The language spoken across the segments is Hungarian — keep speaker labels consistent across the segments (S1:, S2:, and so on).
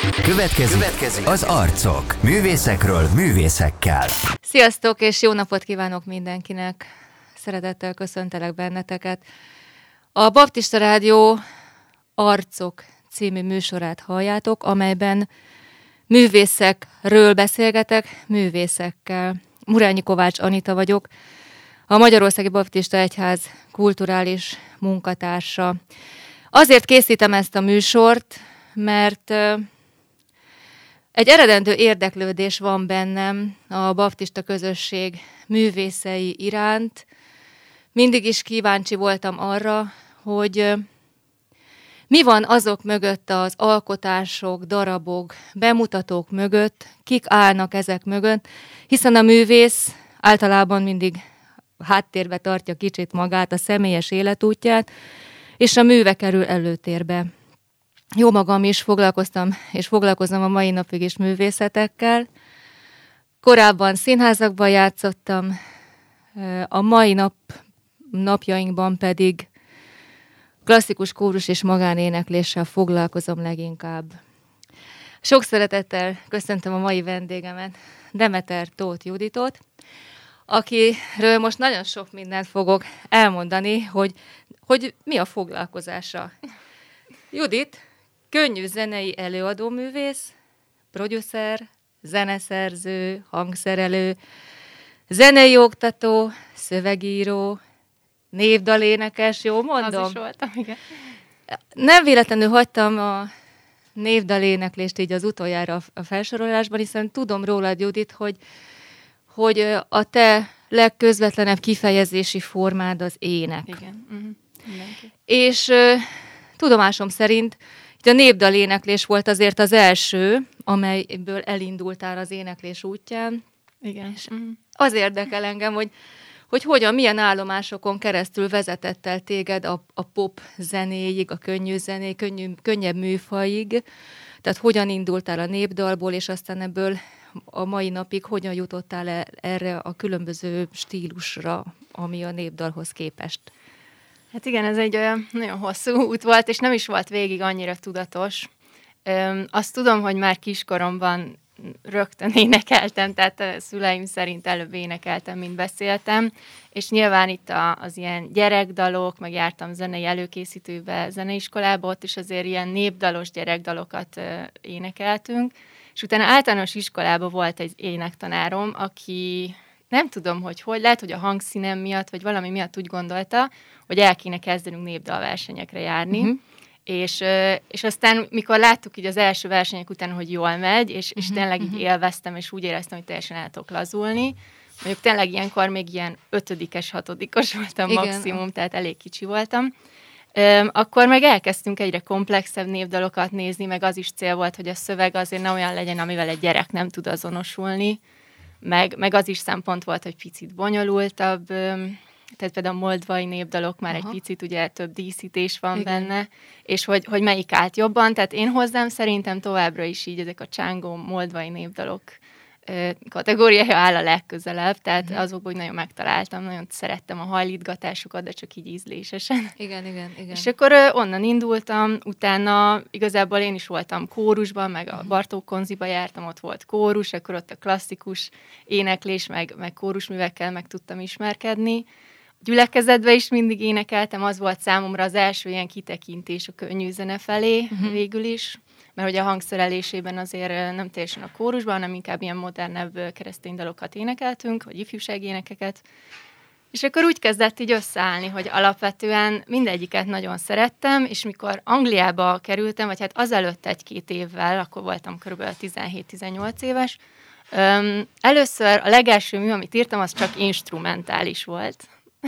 S1: Következik az Arcok. Művészekről művészekkel.
S2: Sziasztok, és jó napot kívánok mindenkinek. Szeretettel köszöntelek benneteket. A Baptista Rádió Arcok című műsorát halljátok, amelyben művészekről beszélgetek, művészekkel. Murányi Kovács Anita vagyok, a Magyarországi Baptista Egyház kulturális munkatársa. Azért készítem ezt a műsort, mert egy eredendő érdeklődés van bennem a baptista közösség művészei iránt. Mindig is kíváncsi voltam arra, hogy mi van azok mögött, az alkotások, darabok, bemutatók mögött, kik állnak ezek mögött, hiszen a művész általában mindig háttérbe tartja kicsit magát, a személyes életútját, és a műve kerül előtérbe. Jó magam is foglalkoztam, és foglalkozom a mai napig is művészetekkel. Korábban színházakban játszottam, a mai napjainkban pedig klasszikus kórus és magánénekléssel foglalkozom leginkább. Sok szeretettel köszöntöm a mai vendégemet, Demeter Tóth Juditot, akiről most nagyon sok mindent fogok elmondani, hogy mi a foglalkozása. Judit könnyű zenei előadóművész, producer, zeneszerző, hangszerelő, zenei oktató, szövegíró, névdalénekes, jól mondom?
S3: Az is voltam, igen.
S2: Nem véletlenül hagytam a névdaléneklést így az utoljára a felsorolásban, hiszen tudom rólad, Judit, hogy a te legközvetlenebb kifejezési formád az ének.
S3: Igen. Mindenki.
S2: És tudomásom szerint a népdaléneklés volt azért az első, amelyből elindultál az éneklés útján.
S3: Igen.
S2: És az érdekel engem, hogy hogyan, milyen állomásokon keresztül vezetett el téged a pop zenéig, a könnyű zené, könnyebb műfajig. Tehát hogyan indultál a népdalból, és aztán ebből a mai napig hogyan jutottál erre a különböző stílusra, ami a népdalhoz képest?
S3: Hát igen, ez egy nagyon hosszú út volt, és nem is volt végig annyira tudatos. Azt tudom, hogy már kiskoromban rögtön énekeltem, tehát a szüleim szerint előbb énekeltem, mint beszéltem, és nyilván itt az ilyen gyerekdalok, meg jártam zenei előkészítőbe, zeneiskolába, ott is azért ilyen népdalos gyerekdalokat énekeltünk, és utána általános iskolában volt egy énektanárom, aki nem tudom, hogy lehet, hogy a hangszínem miatt, vagy valami miatt úgy gondolta, hogy el kéne kezdenünk népdalversenyekre járni. És aztán, mikor láttuk így az első versenyek után, hogy jól megy, és tényleg így élveztem, és úgy éreztem, hogy teljesen el tudok lazulni. Mondjuk tényleg ilyenkor még ilyen 5-es, 6-os voltam maximum, tehát elég kicsi voltam. Akkor meg elkezdtünk egyre komplexebb népdalokat nézni, meg az is cél volt, hogy a szöveg azért ne olyan legyen, amivel egy gyerek nem tud azonosulni, meg az is szempont volt, hogy picit bonyolultabb, tehát például a moldvai népdalok már egy picit, ugye több díszítés van benne, és hogy melyik állt jobban, tehát én hozzám szerintem továbbra is így ezek a csángó moldvai népdalok kategóriája áll a legközelebb, tehát azokból úgy nagyon megtaláltam, nagyon szerettem a hajlítgatásukat, de csak így ízlésesen.
S2: Igen.
S3: És akkor onnan indultam, utána igazából én is voltam kórusban, meg a Bartók Konziba jártam, ott volt kórus, akkor ott a klasszikus éneklés, meg kórusművekkel meg tudtam ismerkedni. Gyülekezetben is mindig énekeltem, az volt számomra az első ilyen kitekintés a könnyű zene felé végül is, mert hogy a hangszerelésében azért nem teljesen a kórusban, hanem inkább ilyen modernebb keresztény dalokat énekeltünk, vagy ifjúsági énekeket. És akkor úgy kezdett így összeállni, hogy alapvetően mindegyiket nagyon szerettem, és mikor Angliába kerültem, vagy hát azelőtt 1-2 évvel, akkor voltam kb. 17-18 éves, először a legelső mű, amit írtam, az csak instrumentális volt.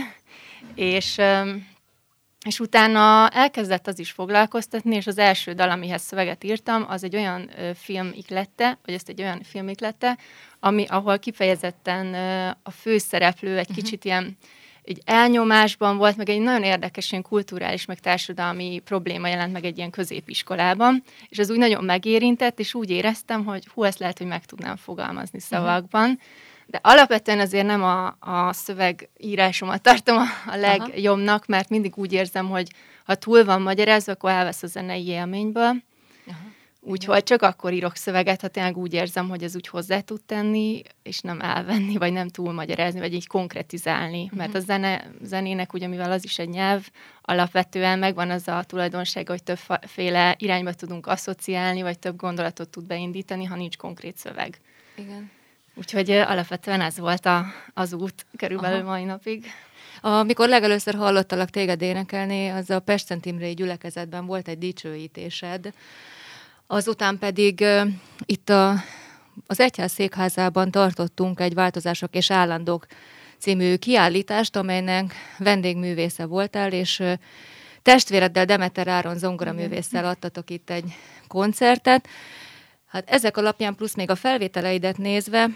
S3: És utána elkezdett az is foglalkoztatni, és az első dal, amihez szöveget írtam, az egy olyan filmiklette, vagy ezt egy olyan filmiklette, ahol kifejezetten a főszereplő egy kicsit ilyen egy elnyomásban volt, meg egy nagyon érdekes ilyen kulturális, meg társadalmi probléma jelent meg egy ilyen középiskolában, és ez úgy nagyon megérintett, és úgy éreztem, hogy ezt lehet, hogy meg tudnám fogalmazni szavakban. De alapvetően azért nem a szövegírásomat tartom a legjobbnak, mert mindig úgy érzem, hogy ha túl van magyarázva, akkor elvesz a zenei élményből. Úgyhogy csak akkor írok szöveget, ha tényleg úgy érzem, hogy ez úgy hozzá tud tenni, és nem elvenni, vagy nem túl magyarázni, vagy így konkretizálni. Mert a zenének, ugye mivel az is egy nyelv, alapvetően megvan az a tulajdonsága, hogy többféle irányba tudunk asszociálni, vagy több gondolatot tud beindítani, ha nincs konkrét szöveg.
S2: Igen.
S3: Úgyhogy alapvetően ez volt az út körülbelül mai napig.
S2: Amikor legelőször hallottalak téged énekelni, az a Pest-Szent Imrei gyülekezetben volt egy dicsőítésed. Azután pedig itt az egyház székházában tartottunk egy Változások és állandók című kiállítást, amelynek vendégművésze voltál, és testvéreddel, Demeter Áron zongoraművésszel adtatok itt egy koncertet. Hát ezek alapján plusz még a felvételeidet nézve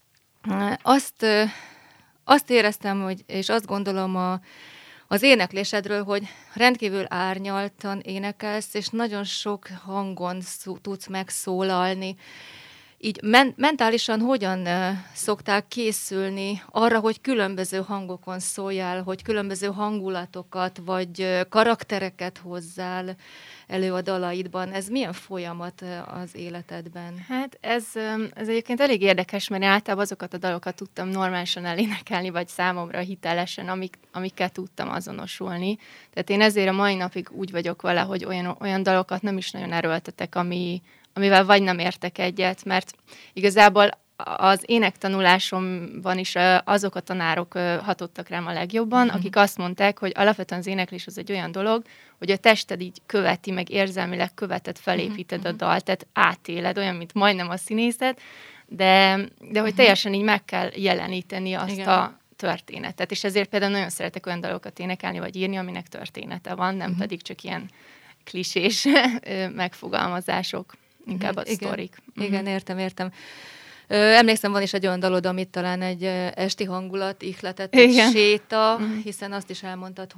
S2: azt éreztem, hogy, és azt gondolom az éneklésedről, hogy rendkívül árnyaltan énekelsz, és nagyon sok hangon tudsz megszólalni. Így mentálisan hogyan szoktál készülni arra, hogy különböző hangokon szóljál, hogy különböző hangulatokat vagy karaktereket hozzál elő a dalaidban? Ez milyen folyamat az életedben?
S3: Hát ez egyébként elég érdekes, mert én általában azokat a dalokat tudtam normálisan elénekelni, vagy számomra hitelesen, amikkel tudtam azonosulni. Tehát én ezért a mai napig úgy vagyok vele, hogy olyan dalokat nem is nagyon erőltetek, amivel vagy nem értek egyet, mert igazából az énektanulásomban is azok a tanárok hatottak rám a legjobban, akik azt mondták, hogy alapvetően az éneklés az egy olyan dolog, hogy a tested így követi, meg érzelmileg követed, felépíted a dalt, tehát átéled, olyan, mint majdnem a színészet, de hogy teljesen így meg kell jeleníteni azt a történetet. És ezért például nagyon szeretek olyan dalokat énekelni, vagy írni, aminek története van, nem pedig csak ilyen klisés megfogalmazások, inkább a sztorik.
S2: Igen, értem. Emlékszem, van is egy olyan dalod, amit talán egy esti hangulat, ihletet, egy séta, hiszen azt is elmondtad,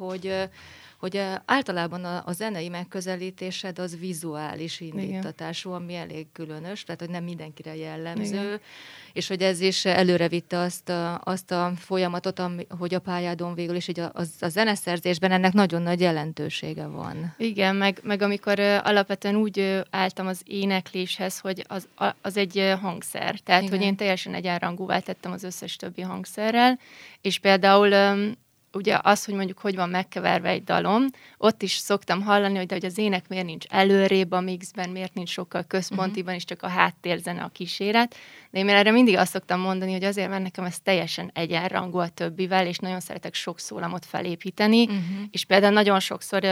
S2: hogy általában a zenei megközelítésed az vizuális indítatású, ami elég különös, tehát hogy nem mindenkire jellemző, és hogy ez is előre vitte azt a folyamatot, hogy a pályádon végül is így a zeneszerzésben ennek nagyon nagy jelentősége van.
S3: Igen, meg amikor alapvetően úgy álltam az énekléshez, hogy az egy hangszer, tehát hogy én teljesen egyenrangúvá tettem az összes többi hangszerrel, és például ugye az, hogy mondjuk hogy van megkeverve egy dalom, ott is szoktam hallani, hogy az ének miért nincs előrébb a mixben, miért nincs sokkal központiban, és csak a háttérzene a kíséret. De én erre mindig azt szoktam mondani, hogy azért, mert nekem ez teljesen egyenrangú a többivel, és nagyon szeretek sok szólamot felépíteni, és például nagyon sokszor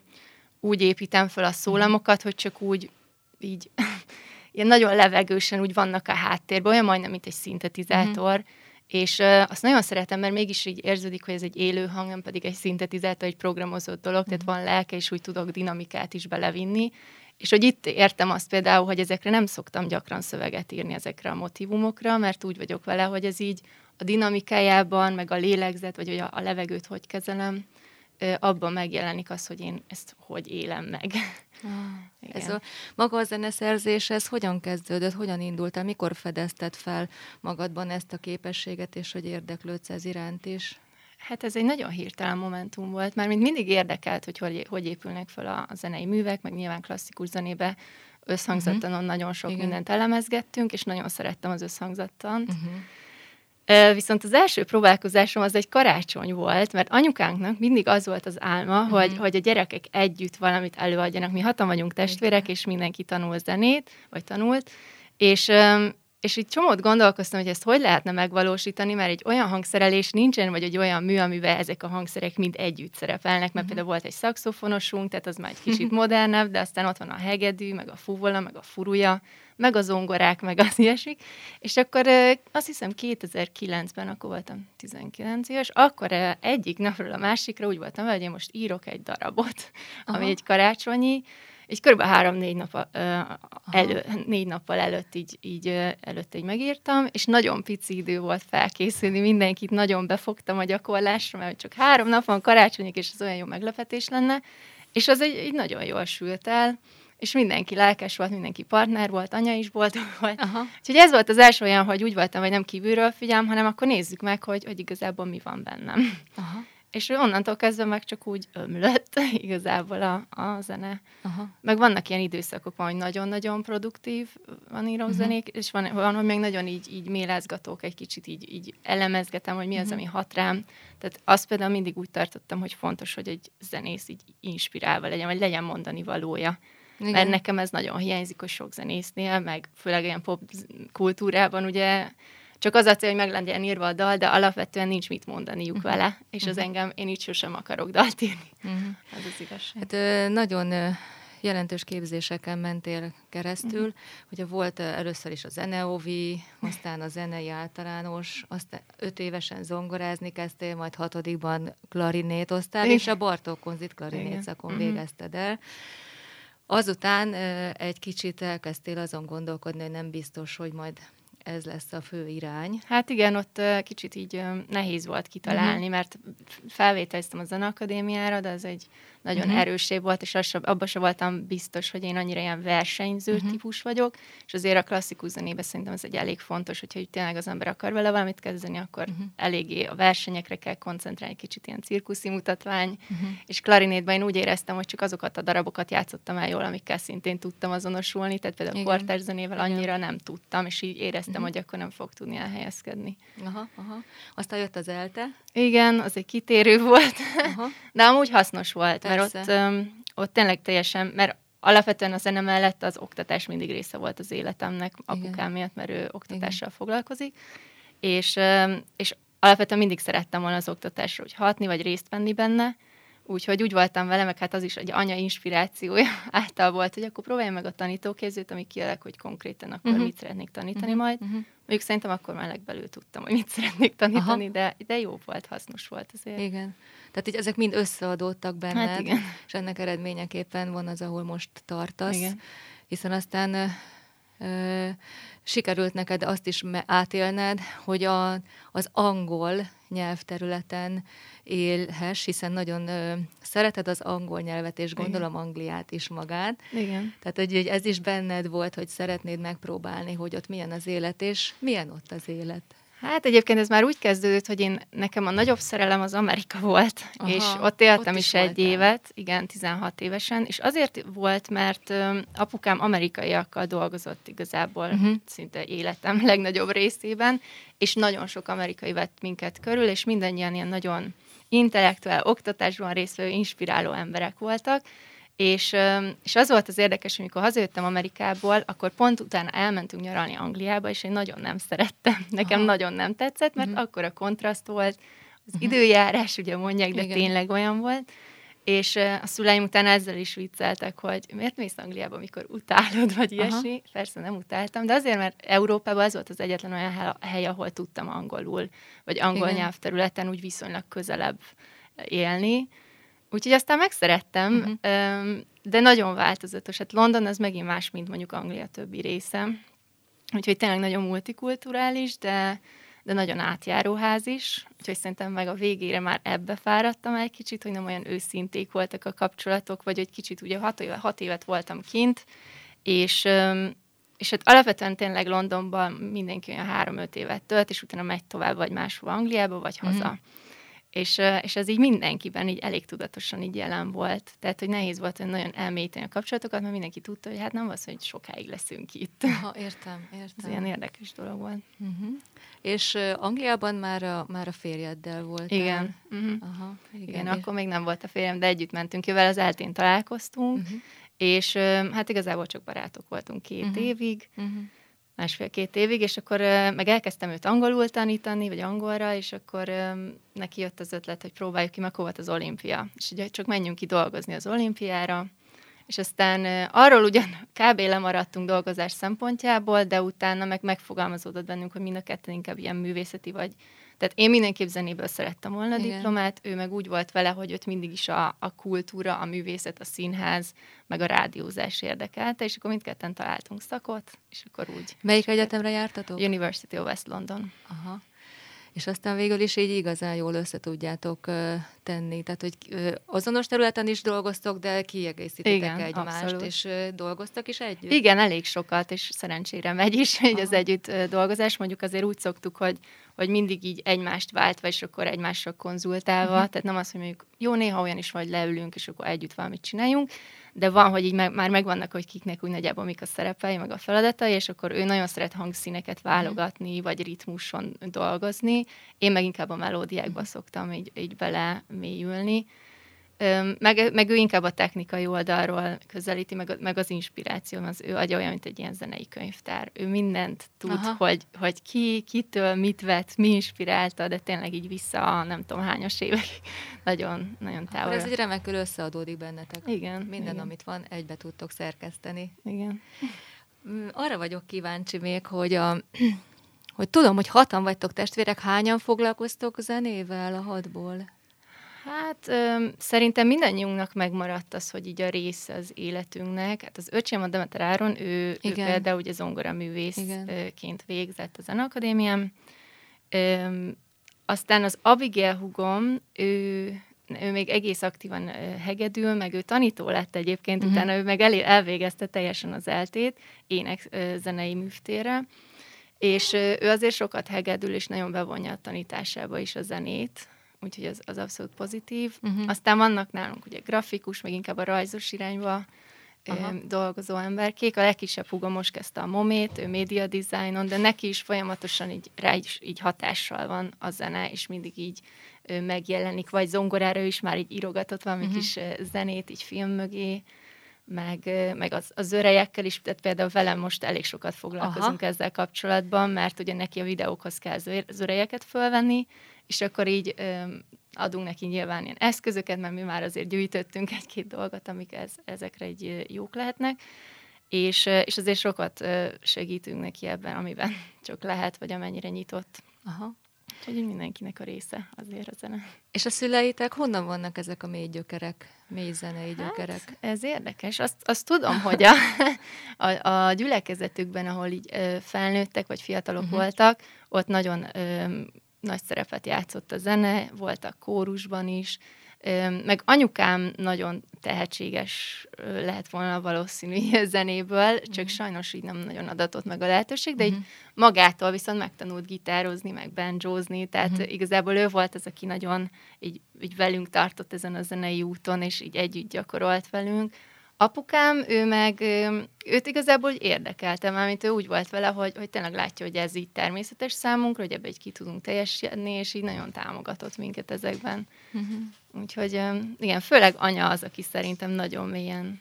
S3: úgy építem fel a szólamokat, hogy csak úgy így ilyen nagyon levegősen úgy vannak a háttérben, olyan majdnem, mint egy szintetizátor, és azt nagyon szeretem, mert mégis így érződik, hogy ez egy élő hang, nem pedig egy szintetizátor, egy programozott dolog, tehát van lelke, és úgy tudok dinamikát is belevinni. És hogy itt értem azt például, hogy ezekre nem szoktam gyakran szöveget írni, ezekre a motívumokra, mert úgy vagyok vele, hogy ez így a dinamikájában, meg a lélegzet, vagy hogy a levegőt hogy kezelem, abban megjelenik az, hogy én ezt hogy élem meg.
S2: Maga a zeneszerzés, ez hogyan kezdődött, hogyan indult el, mikor fedezted fel magadban ezt a képességet, és hogy érdeklődsz ez iránt is?
S3: Hát ez egy nagyon hirtelen momentum volt, mert mindig érdekelt, hogy épülnek fel a zenei művek, meg nyilván klasszikus zenébe összhangzattanon nagyon sok mindent elemezgettünk, és nagyon szerettem az összhangzattant. Viszont az első próbálkozásom az egy karácsony volt, mert anyukánknak mindig az volt az álma, hogy a gyerekek együtt valamit előadjanak. Mi 6-an vagyunk testvérek, és mindenki tanul zenét, vagy tanult, és így csomót gondolkoztam, hogy ezt hogy lehetne megvalósítani, mert egy olyan hangszerelés nincsen, vagy egy olyan mű, amiben ezek a hangszerek mind együtt szerepelnek, mert például volt egy szaxofonosunk, tehát az már egy kicsit modernebb, de aztán ott van a hegedű, meg a fuvola, meg a furuja, meg a zongorák, meg az ilyesmik. És akkor azt hiszem 2009-ben, akkor voltam 19 éves, akkor egyik napról a másikra úgy voltam, hogy én most írok egy darabot, ami egy karácsonyi, így kb. 4 nappal előtt így megírtam, és nagyon pici idő volt felkészülni, mindenkit nagyon befogtam a gyakorlásra, mert csak 3 nap van karácsonyig, és az olyan jó meglepetés lenne, és az így nagyon jól sült el, és mindenki lelkes volt, mindenki partner volt, anya is boldog volt. Úgyhogy ez volt az első olyan, hogy úgy voltam, hogy nem kívülről figyelem, hanem akkor nézzük meg, hogy igazából mi van bennem. És onnantól kezdve meg csak úgy ömlött igazából a zene.
S2: Aha.
S3: Meg vannak ilyen időszakok, hogy nagyon-nagyon produktív van író zenék, és van, hogy még nagyon így mélázgatók, egy kicsit így elemezgetem, hogy mi az, ami hat rám. Tehát azt például mindig úgy tartottam, hogy fontos, hogy egy zenész így inspirálva legyen, vagy legyen mondani valója. Igen. Mert nekem ez nagyon hiányzik, hogy sok zenésznél, meg főleg ilyen pop kultúrában, ugye csak az a cél, hogy meg legyen írva a dal, de alapvetően nincs mit mondaniuk vele, és az engem, én így sosem akarok dalt írni. Ez az igazság.
S2: Hát nagyon jelentős képzéseken mentél keresztül, ugye volt először is a zeneovi, aztán a zenei általános, aztán 5 évesen zongorázni kezdtél, majd 6-ban klarinétoztál, és a Bartók Konzit klarinét szakon végezted el. Azután egy kicsit elkezdtél azon gondolkodni, hogy nem biztos, hogy majd ez lesz a fő irány.
S3: Hát igen, ott kicsit így nehéz volt kitalálni, mert felvételiztem a Zeneakadémiára, de ez egy nagyon erős év volt, és abban sem voltam biztos, hogy én annyira ilyen versenyző típus vagyok, és azért a klasszikus zenében szerintem ez egy elég fontos, hogyha tényleg az ember akar vele valamit kezdeni, akkor eléggé a versenyekre kell koncentrálni, kicsit ilyen cirkuszi mutatvány, és klarinétben én úgy éreztem, hogy csak azokat a darabokat játszottam el jól, amikkel szintén tudtam azonosulni, tehát például a kortárs zenével annyira nem tudtam, és így éreztem, hogy akkor nem fog tudni elhelyezkedni.
S2: Aha. Aztán jött az ELTE.
S3: Igen, az egy kitérő volt, de amúgy hasznos volt, mert ott tényleg teljesen, mert alapvetően a zene mellett az oktatás mindig része volt az életemnek, apukám miatt, mert ő oktatással foglalkozik, és alapvetően mindig szerettem volna az oktatásra, hogy hatni, vagy részt venni benne, úgyhogy úgy voltam vele, meg hát az is egy anya inspirációja által volt, hogy akkor próbálj meg a tanítóképzőt, ami kijelek, hogy konkrétan akkor mit szeretnék tanítani majd. Mondjuk szerintem akkor már legbelül tudtam, hogy mit szeretnék tanítani, de jó volt, hasznos volt azért.
S2: Igen. Tehát így ezek mind összeadódtak benned,
S3: hát igen. És
S2: ennek eredményeképpen van az, ahol most tartasz.
S3: Igen.
S2: Hiszen aztán sikerült neked azt is átélned, hogy az angol nyelvterületen élhess, hiszen nagyon szereted az angol nyelvet, és gondolom Angliát is magát.
S3: Igen.
S2: Tehát, hogy ez is benned volt, hogy szeretnéd megpróbálni, hogy ott milyen az élet, és milyen ott az élet.
S3: Hát egyébként ez már úgy kezdődött, hogy nekem a nagyobb szerelem az Amerika volt, és ott éltem is egy évet, igen, 16 évesen, és azért volt, mert apukám amerikaiakkal dolgozott igazából szinte életem legnagyobb részében, és nagyon sok amerikai vett minket körül, és mindannyian ilyen nagyon intellektuál, oktatásban résztvevő, inspiráló emberek voltak, és az volt az érdekes, amikor hazajöttem Amerikából, akkor pont utána elmentünk nyaralni Angliába, és én nagyon nem szerettem. Nekem nagyon nem tetszett, mert akkor a kontraszt volt, az időjárás, ugye mondják, de tényleg olyan volt. És a szüleim után ezzel is vicceltek, hogy miért mész Angliába, amikor utálod, vagy ilyesmi. Persze nem utáltam, de azért, mert Európában ez volt az egyetlen olyan hely, ahol tudtam angolul, vagy angol nyelvterületen úgy viszonylag közelebb élni. Úgyhogy aztán megszerettem, de nagyon változatos. Hát London az megint más, mint mondjuk Anglia többi része. Úgyhogy tényleg nagyon multikulturális, de nagyon átjáróház is. Úgyhogy szerintem meg a végére már ebbe fáradtam egy kicsit, hogy nem olyan őszinték voltak a kapcsolatok, vagy egy kicsit ugye 6 évet voltam kint, és hát alapvetően tényleg Londonban mindenki olyan 3-5 évet tölt, és utána megy tovább, vagy máshova Angliába, vagy haza. És ez így mindenkiben így elég tudatosan így jelen volt. Tehát, hogy nehéz volt hogy nagyon elmélyíteni a kapcsolatokat, mert mindenki tudta, hogy hát nem az, hogy sokáig leszünk itt.
S2: Értem.
S3: Ez ilyen érdekes dolog volt.
S2: És Angliában már a férjeddel voltál?
S3: Igen. Igen, akkor még nem volt a férjem, de együtt mentünk jövel, az eltén találkoztunk, és hát igazából csak barátok voltunk 2 évig, 1,5-2 évig, és akkor meg elkezdtem őt angolul tanítani, vagy angolra, és akkor neki jött az ötlet, hogy próbáljuk ki, meg hol volt az olimpia. És ugye csak menjünk ki dolgozni az olimpiára, és aztán arról ugyan kb. Lemaradtunk dolgozás szempontjából, de utána meg megfogalmazódott bennünk, hogy mind a ketten inkább ilyen művészeti vagy. Tehát én mindenképp zenéből szerettem volna diplomát, ő meg úgy volt vele, hogy őt mindig is a kultúra, a művészet, a színház, meg a rádiózás érdekelte, és akkor mindketten találtunk szakot, és akkor úgy.
S2: Melyik egyetemre jártatok?
S3: University of West London.
S2: És aztán végül is így igazán jól összetudjátok tenni? Tehát, hogy azonos területen is dolgoztok, de kiegészítitek egymást,
S3: abszolút.
S2: és dolgoztak is együtt?
S3: Igen, elég sokat, és szerencsére megy is így az együtt dolgozás. Mondjuk azért úgy szoktuk, hogy mindig így egymást váltva, és akkor egymással konzultálva. Tehát nem az, hogy mondjuk jó, néha olyan is, hogy leülünk, és akkor együtt valamit csináljunk, de van, hogy így már megvannak, hogy kiknek úgy nagyjából mik a szerepei, meg a feladatai, és akkor ő nagyon szeret hangszíneket válogatni, vagy ritmuson dolgozni. Én meg inkább a melódiákba szoktam így bele mélyülni. Meg ő inkább a technikai oldalról közelíti, meg az inspiráció, az ő agya olyan, mint egy ilyen zenei könyvtár. Ő mindent tud, hogy kitől mit vett, mi inspirálta, de tényleg így vissza a nem tudom hányas évek. Nagyon, nagyon távol.
S2: Ez egy remekül összeadódik bennetek.
S3: Igen.
S2: Minden,
S3: igen.
S2: amit van, egybe tudtok szerkeszteni.
S3: Igen.
S2: Arra vagyok kíváncsi még, hogy tudom, hogy 6-an vagytok testvérek, hányan foglalkoztok zenével a 6-ból?
S3: Hát szerintem mindannyiunknak megmaradt az, hogy így a része az életünknek. Hát az öcsém, a Demeter Áron, ő például ugye zongoraművészként végzett a Zeneakadémián. Aztán az Abigail hugom, ő még egész aktívan hegedül, meg ő tanító lett egyébként, utána ő meg elvégezte teljesen az eltét, zenei művtérre, és ő azért sokat hegedül, és nagyon bevonja a tanításába is a zenét, úgyhogy az abszolút pozitív. Aztán vannak nálunk ugye grafikus, meg inkább a rajzos irányba dolgozó emberkék. A legkisebb húgom most kezdte a Momét, ő média designon, de neki is folyamatosan rá is így hatással van a zene, és mindig így megjelenik, vagy zongorára is már így írogatott valami kis zenét így film mögé, meg az örejekkel is, tehát például velem most elég sokat foglalkozunk ezzel kapcsolatban, mert ugye neki a videókhoz kell az örejeket fölvenni, és akkor így adunk neki nyilván ilyen eszközöket, mert mi már azért gyűjtöttünk egy-két dolgot, amik ezekre így jók lehetnek, és azért sokat segítünk neki ebben, amiben csak lehet, vagy amennyire nyitott. Úgyhogy mindenkinek a része azért a zene.
S2: És a szüleitek honnan vannak ezek a mély gyökerek, mély zenei gyökerek?
S3: Hát, ez érdekes. Azt tudom, hogy a gyülekezetükben, ahol így felnőttek, vagy fiatalok voltak, ott nagyon nagy szerepet játszott a zene, voltak kórusban is, meg anyukám nagyon tehetséges lehet volna valószínű zenéből, csak sajnos így nem nagyon adatott meg a lehetőség, de így magától viszont megtanult gitározni, meg banjózni, tehát igazából ő volt az, aki nagyon így velünk tartott ezen a zenei úton, és így együtt gyakorolt velünk. Apukám, őt igazából érdekelte, mármint ő úgy volt vele, hogy tényleg látja, hogy ez így természetes számunkra, hogy ebbe így ki tudunk teljesedni, és így nagyon támogatott minket ezekben. Úgyhogy igen, főleg anya az, aki szerintem nagyon mélyen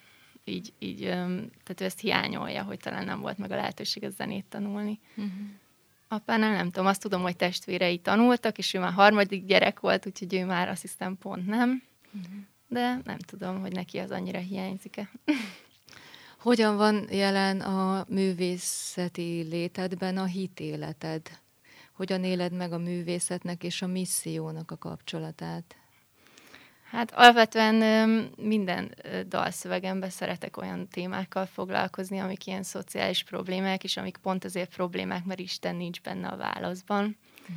S3: tehát ő ezt hiányolja, hogy talán nem volt meg a lehetőség a zenét tanulni. Apánál nem tudom, azt tudom, hogy testvérei tanultak, és ő már 3. gyerek volt, úgyhogy ő már azt hiszem pont nem. De nem tudom, hogy neki az annyira hiányzik-e.
S2: Hogyan van jelen a művészeti létedben a hitéleted? Hogyan éled meg a művészetnek és a missziónak a kapcsolatát?
S3: Hát alapvetően minden dalszövegemben szeretek olyan témákkal foglalkozni, amik ilyen szociális problémák, és amik pont azért problémák, mert Isten nincs benne a válaszban.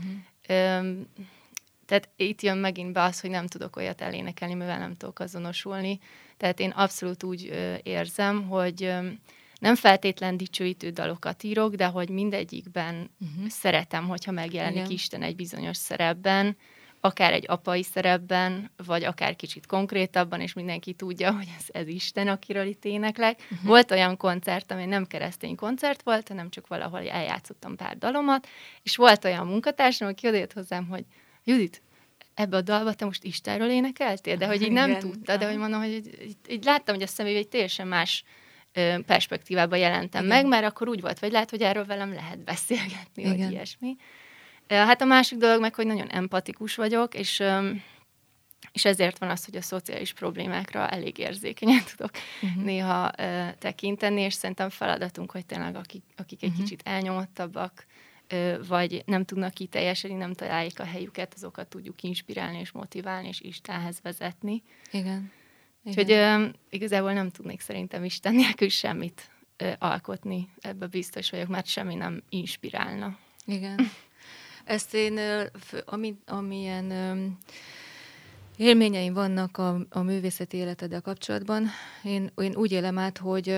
S3: Tehát itt jön megint be az, hogy nem tudok olyat elénekelni, mivel nem tudok azonosulni. Tehát én abszolút úgy érzem, hogy nem feltétlen dicsőítő dalokat írok, de hogy mindegyikben szeretem, hogyha megjelenik Isten egy bizonyos szerepben, akár egy apai szerepben, vagy akár kicsit konkrétabban, és mindenki tudja, hogy ez Isten, akiről itt éneklek. Volt olyan koncert, ami nem keresztény koncert volt, hanem csak valahol eljátszottam pár dalomat, és volt olyan munkatársam, aki odajött hozzám, hogy Judit, ebbe a dalba te most Istenről énekeltél? De hogy így nem tudta, de hogy mondom, hogy így láttam, hogy a személyben egy teljesen más perspektívában jelentem meg, mert akkor úgy volt, vagy lehet, hogy erről velem lehet beszélgetni, vagy ilyesmi. Hát a másik dolog meg, hogy nagyon empatikus vagyok, és ezért van az, hogy a szociális problémákra elég érzékenyen tudok néha tekinteni, és szerintem feladatunk, hogy tényleg akik egy kicsit elnyomottabbak, vagy nem tudnak kiteljesedni, nem találják a helyüket, azokat tudjuk inspirálni és motiválni, és Istenhez vezetni.
S2: Igen.
S3: Úgyhogy igazából nem tudnék szerintem Isten nélkül semmit alkotni. Ebben biztos vagyok, mert semmi nem inspirálna.
S2: Igen. Ezt én, amilyen Élményeim vannak a művészeti életeddel kapcsolatban. Én úgy élem át, hogy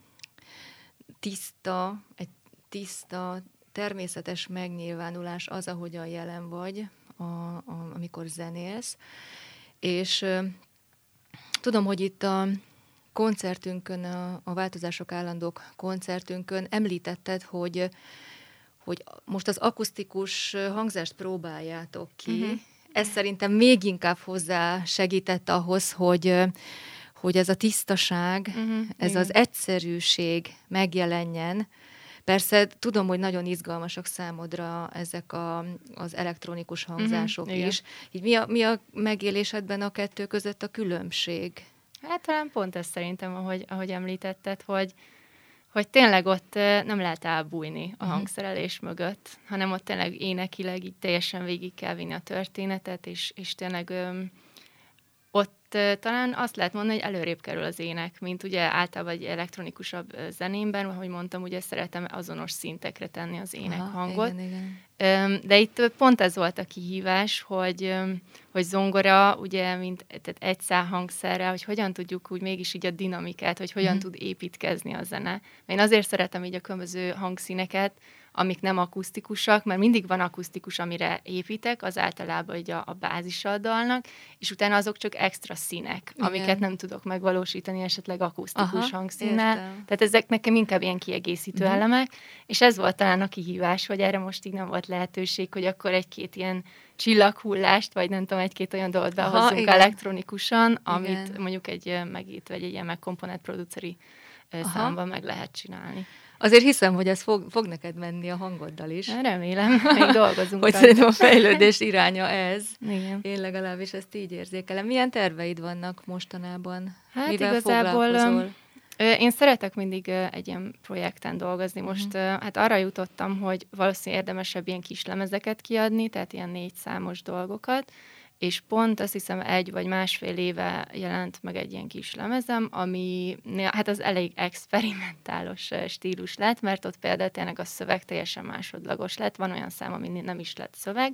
S2: egy tiszta, természetes megnyilvánulás az, ahogyan jelen vagy, amikor zenélsz. És tudom, hogy itt a koncertünkön, a Változások állandók koncertünkön említetted, hogy most az akusztikus hangzást próbáljátok ki. Ez szerintem még inkább hozzá segített ahhoz, hogy ez a tisztaság, ez az egyszerűség megjelenjen. Persze tudom, hogy nagyon izgalmasak számodra ezek az elektronikus hangzások is. Így mi a megélésedben a kettő között a különbség?
S3: Hát talán pont ez szerintem, ahogy említetted, hogy tényleg ott nem lehet elbújni a hangszerelés mögött, hanem ott tényleg énekileg így teljesen végig kell vinni a történetet, és tényleg ott talán azt lehet mondani, hogy előrébb kerül az ének, mint ugye általában egy elektronikusabb zenémben, ahogy mondtam, ugye szeretem azonos szintekre tenni az énekhangot.
S2: Igen.
S3: De itt pont ez volt a kihívás, hogy zongora, ugye, tehát egy szál hangszerrel, hogy hogyan tudjuk úgy mégis így a dinamikát, hogy hogyan tud építkezni a zene. Én azért szeretem így a különböző hangszíneket, amik nem akusztikusak, mert mindig van akusztikus, amire építek, az általában így a bázisa a dalnak, és utána azok csak extra színek, amiket nem tudok megvalósítani esetleg akusztikus hangszínnel. Tehát ezek nekem inkább ilyen kiegészítő elemek, és ez volt talán a kihívás, hogy erre most így nem volt lehetőség, hogy akkor egy-két ilyen csillaghullást, vagy nem tudom, egy-két olyan dolgot behozzunk elektronikusan, amit mondjuk egy megít, vagy egy ilyen megkomponált produceri számban meg lehet csinálni.
S2: Azért hiszem, hogy ez fog neked menni a hangoddal is.
S3: Remélem, még dolgozunk.
S2: Hogy szerintem a fejlődés iránya ez.
S3: Igen.
S2: Én legalábbis ezt így érzékelem. Milyen terveid vannak mostanában?
S3: Hát
S2: mivel
S3: igazából
S2: foglalkozol?
S3: Én szeretek mindig egy ilyen projekten dolgozni. Most hát arra jutottam, hogy valószínűleg érdemesebb ilyen kis lemezeket kiadni, tehát ilyen 4 számos dolgokat, és pont azt hiszem 1 vagy másfél éve jelent meg egy ilyen kis lemezem, ami hát az elég experimentálos stílus lett, mert ott például tényleg a szöveg teljesen másodlagos lett, van olyan szám, ami nem is lett szöveg,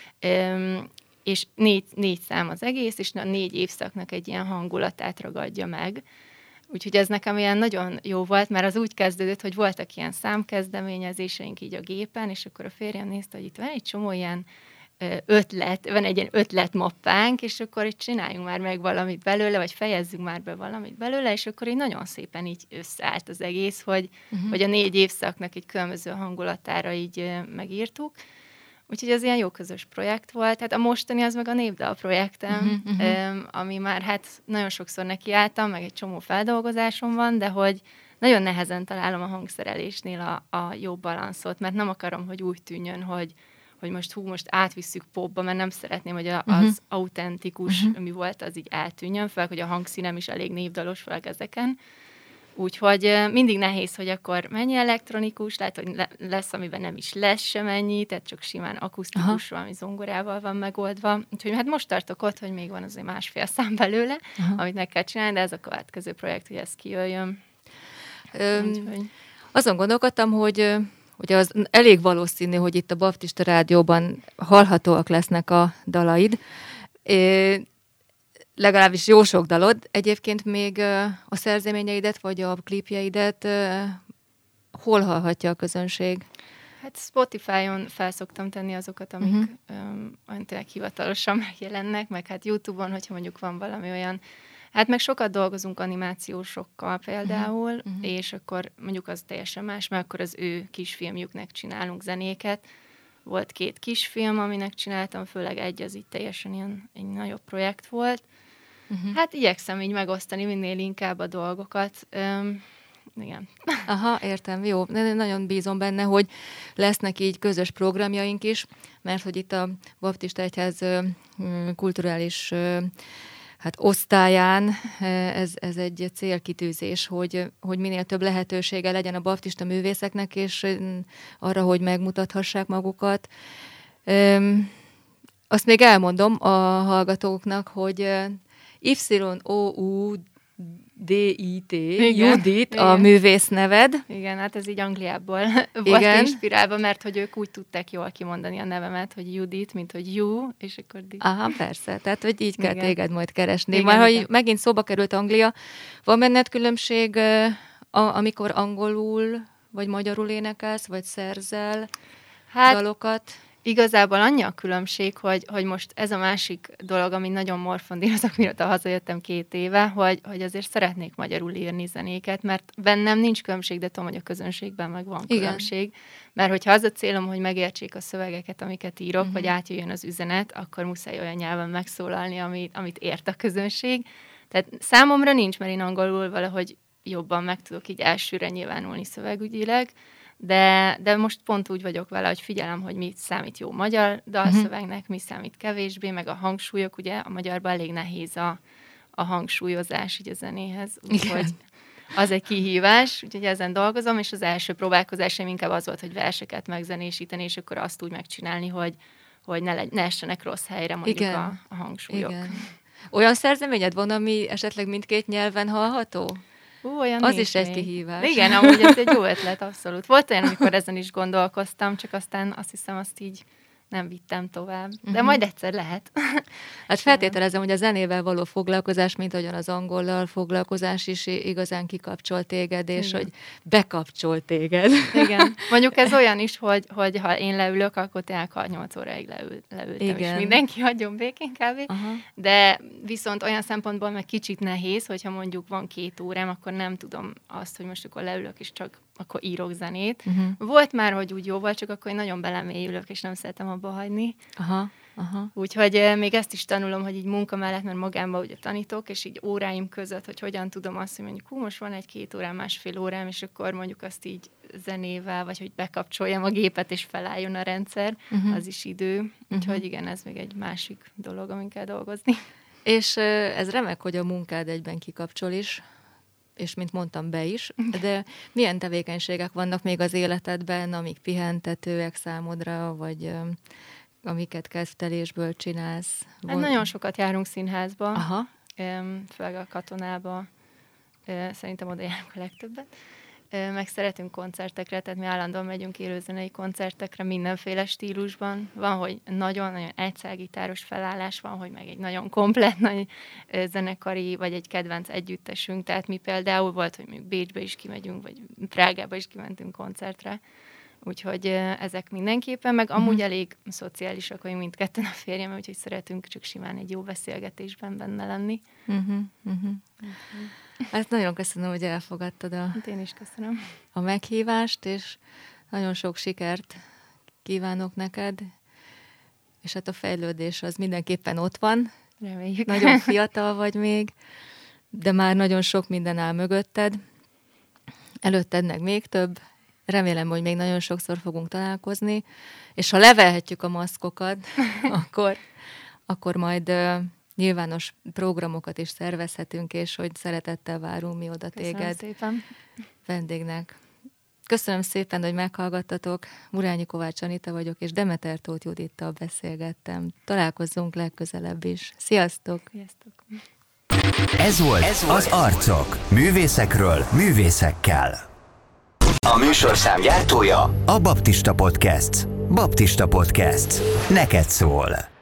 S3: és 4 szám az egész, és a 4 évszaknak egy ilyen hangulatát ragadja meg. Úgyhogy ez nekem ilyen nagyon jó volt, mert az úgy kezdődött, hogy voltak ilyen számkezdeményezéseink így a gépen, és akkor a férjem nézte, hogy itt van egy csomó ilyen van egy ilyen ötletmappánk, és akkor itt csináljunk már meg valamit belőle, vagy fejezzünk már be valamit belőle, és akkor így nagyon szépen így összeállt az egész, hogy a 4 évszaknak egy különböző hangulatára így megírtuk. Úgyhogy ez ilyen jó közös projekt volt. Hát a mostani az meg a Népdal projektem, ami már hát nagyon sokszor nekiálltam, meg egy csomó feldolgozásom van, de hogy nagyon nehezen találom a hangszerelésnél a jó balanszot, mert nem akarom, hogy úgy tűnjön, hogy most átvisszük popba, mert nem szeretném, hogy az autentikus, ami volt, az így eltűnjön, főleg, hogy a hangszínem is elég névdalos, főleg ezeken. Úgyhogy mindig nehéz, hogy akkor mennyi elektronikus, lehet, hogy lesz, amiben nem is lesz sem ennyi, tehát csak simán akusztikus, valami zongorával van megoldva. Úgyhogy hát most tartok ott, hogy még van azért másfél szám belőle, amit meg kell csinálni, de ez a következő projekt, hogy ez kijöjjön.
S2: Azon gondolkodtam, hogy az elég valószínű, hogy itt a Baptista Rádióban hallhatóak lesznek a dalaid. Legalábbis jó sok dalod. Egyébként még a szerzeményeidet, vagy a klipjeidet hol hallhatja a közönség?
S3: Hát Spotify-on felszoktam tenni azokat, amik olyan tényleg hivatalosan megjelennek, meg hát YouTube-on, hogyha mondjuk van valami olyan. Hát meg sokat dolgozunk animációsokkal például, és akkor mondjuk az teljesen más, mert akkor az ő kisfilmjüknek csinálunk zenéket. Volt 2 kisfilm, aminek csináltam, főleg egy, az így teljesen ilyen egy nagyobb projekt volt. Hát igyekszem így megosztani minél inkább a dolgokat. Igen.
S2: Aha, értem, jó. Nagyon bízom benne, hogy lesznek így közös programjaink is, mert hogy itt a Baptista Egyház kulturális osztályán ez egy célkitűzés, hogy minél több lehetősége legyen a baptista művészeknek, és arra, hogy megmutathassák magukat. Azt még elmondom a hallgatóknak, hogy YOU D-I-T,
S3: Igen,
S2: Judit a
S3: igen.
S2: művész neved.
S3: Igen, hát ez így Angliából volt inspirálva, mert hogy ők úgy tudták jól kimondani a nevemet, hogy Judit, mint hogy you, és akkor
S2: Aha, persze. Tehát, hogy így kell
S3: Igen.
S2: téged majd keresni.
S3: Igen,
S2: Már,
S3: igen.
S2: hogy megint szóba került Anglia, van benned különbség, amikor angolul vagy magyarul énekelsz, vagy szerzel dalokat?
S3: Igazából annyi a különbség, hogy most ez a másik dolog, ami nagyon morfondírozok, mióta hazajöttem 2 éve, hogy azért szeretnék magyarul írni zenéket, mert bennem nincs különbség, de tudom, hogy a közönségben meg van különbség. Mert hogyha az a célom, hogy megértsék a szövegeket, amiket írok, vagy átjöjjön az üzenet, akkor muszáj olyan nyelven megszólalni, amit ért a közönség. Tehát számomra nincs, mert én angolul valahogy jobban meg tudok így elsőre nyilvánulni szövegügyileg, de most pont úgy vagyok vele, hogy figyelem, hogy mi számít jó magyar dalszövegnek, mi számít kevésbé, meg a hangsúlyok, ugye a magyarban elég nehéz a hangsúlyozás így a zenéhez, úgyhogy az egy kihívás, úgyhogy ezen dolgozom, és az első próbálkozásaim inkább az volt, hogy verseket megzenésíteni, és akkor azt úgy megcsinálni, hogy ne essenek rossz helyre mondjuk a hangsúlyok.
S2: Igen. Olyan szerzeményed van, ami esetleg mindkét nyelven hallható?
S3: Olyan
S2: az is egy kihívás.
S3: Igen, amúgy ez egy jó ötlet, abszolút. Volt olyan, amikor ezen is gondolkoztam, csak aztán azt hiszem, azt így nem vittem tovább. De majd egyszer lehet.
S2: Hát feltételezem, hogy a zenével való foglalkozás, mint ahogyan az angollal foglalkozás is igazán kikapcsol téged, és hogy bekapcsol téged.
S3: Igen. Mondjuk ez olyan is, hogy ha én leülök, akkor tényleg 6-8 óráig leültem, igen. És mindenki hagyjon békén kb. Aha. De viszont olyan szempontból meg kicsit nehéz, hogyha mondjuk van 2 órám, akkor nem tudom azt, hogy most akkor leülök, és csak akkor írok zenét. Volt már, hogy úgy jó volt, csak akkor én nagyon belemélyülök, és nem szeretem abba hagyni.
S2: Aha.
S3: Úgyhogy még ezt is tanulom, hogy így munka mellett, mert magámban ugye tanítok, és így óráim között, hogy hogyan tudom azt, hogy mondjuk most van 1-2 órám, 1,5 órám, és akkor mondjuk azt így zenével, vagy hogy bekapcsoljam a gépet, és felálljon a rendszer, az is idő. Úgyhogy igen, ez még egy másik dolog, amin kell dolgozni.
S2: És ez remek, hogy a munkád egyben kikapcsol is, és mint mondtam, be is, de milyen tevékenységek vannak még az életedben, amik pihentetőek számodra, vagy amiket kezdtelésből csinálsz?
S3: Hát nagyon sokat járunk színházba,
S2: aha.
S3: Főleg a Katonába, szerintem oda járunk a legtöbbet. Meg szeretünk koncertekre, tehát mi állandóan megyünk élőzenei koncertekre mindenféle stílusban. Van, hogy nagyon-nagyon egyszálgitáros felállás, van, hogy meg egy nagyon komplett nagy zenekari, vagy egy kedvenc együttesünk. Tehát mi például volt, hogy még Bécsbe is kimegyünk, vagy Prágába is kimentünk koncertre. Úgyhogy ezek mindenképpen, meg amúgy elég szociálisak vagyunk mindketten a férjem, úgyhogy szeretünk csak simán egy jó beszélgetésben benne lenni.
S2: Hát nagyon köszönöm, hogy elfogadtad
S3: én is köszönöm
S2: a meghívást, és nagyon sok sikert kívánok neked, és hát a fejlődés az mindenképpen ott van.
S3: Reméljük.
S2: Nagyon fiatal vagy még, de már nagyon sok minden áll mögötted. Előtted meg még több. Remélem, hogy még nagyon sokszor fogunk találkozni, és ha levelhetjük a maszkokat, akkor majd nyilvános programokat is szervezhetünk, és hogy szeretettel várunk mi oda téged
S3: szépen.
S2: Vendégnek. Köszönöm szépen, hogy meghallgattatok. Murányi Kovács Anita vagyok, és Demeter Tóth Judittal beszélgettem. Találkozzunk legközelebb is. Sziasztok!
S3: Sziasztok!
S1: Ez volt az Arcok. Művészekről, művészekkel. A műsorszám gyártója a Baptista Podcast. Baptista Podcast. Neked szól.